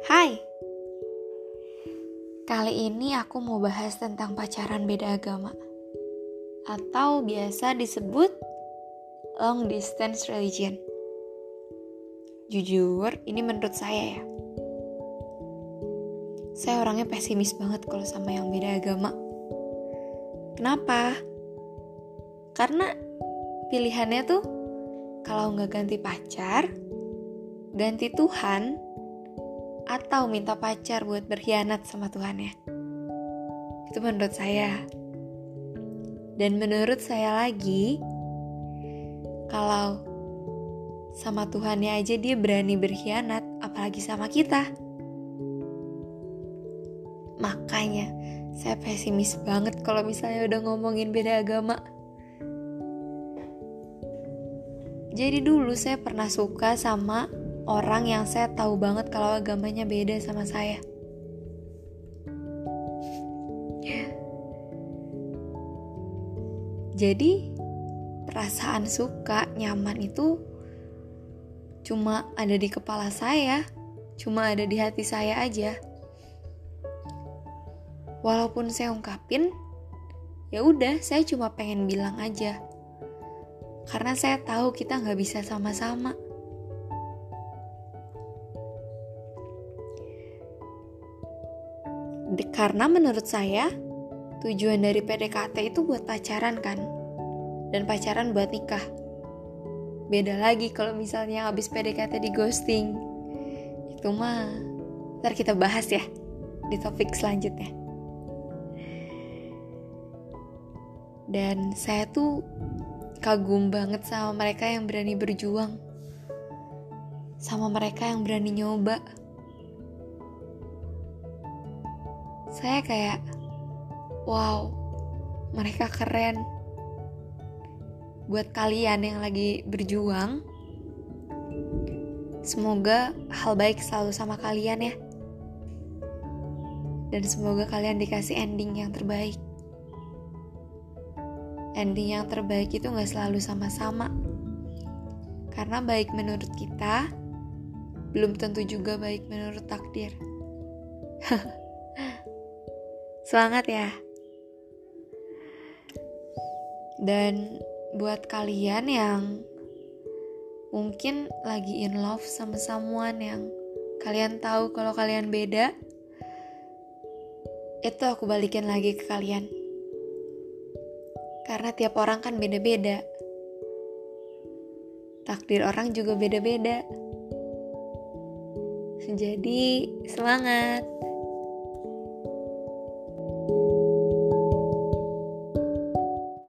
Hai, kali ini aku mau bahas tentang pacaran beda agama atau biasa disebut long distance religion. Jujur, ini menurut saya ya. Saya orangnya pesimis banget kalau sama yang beda agama. Kenapa? Karena pilihannya tuh kalau nggak ganti pacar, ganti Tuhan, atau minta pacar buat berkhianat sama Tuhannya. Itu menurut saya. Dan menurut saya lagi, kalau sama Tuhannya aja dia berani berkhianat, apalagi sama kita. Makanya saya pesimis banget kalau misalnya udah ngomongin beda agama. Jadi dulu saya pernah suka sama orang yang saya tahu banget kalau agamanya beda sama saya. Jadi perasaan suka, nyaman itu cuma ada di kepala saya, cuma ada di hati saya aja. Walaupun saya ungkapin, ya udah, saya cuma pengen bilang aja. Karena saya tahu kita nggak bisa sama-sama. Karena menurut saya, tujuan dari PDKT itu buat pacaran kan? Dan pacaran buat nikah. Beda lagi kalau misalnya habis PDKT di ghosting. Itu mah ntar kita bahas ya di topik selanjutnya. Dan saya tuh kagum banget sama mereka yang berani berjuang, sama mereka yang berani nyoba. Saya kayak, wow, mereka keren. Buat kalian yang lagi berjuang, semoga hal baik selalu sama kalian ya. Dan semoga kalian dikasih ending yang terbaik. Ending yang terbaik itu gak selalu sama-sama. Karena baik menurut kita, belum tentu juga baik menurut takdir. Semangat ya. Dan buat kalian yang mungkin lagi in love sama someone yang kalian tahu kalau kalian beda, itu aku balikin lagi ke kalian. Karena tiap orang kan beda-beda. Takdir orang juga beda-beda. Jadi semangat.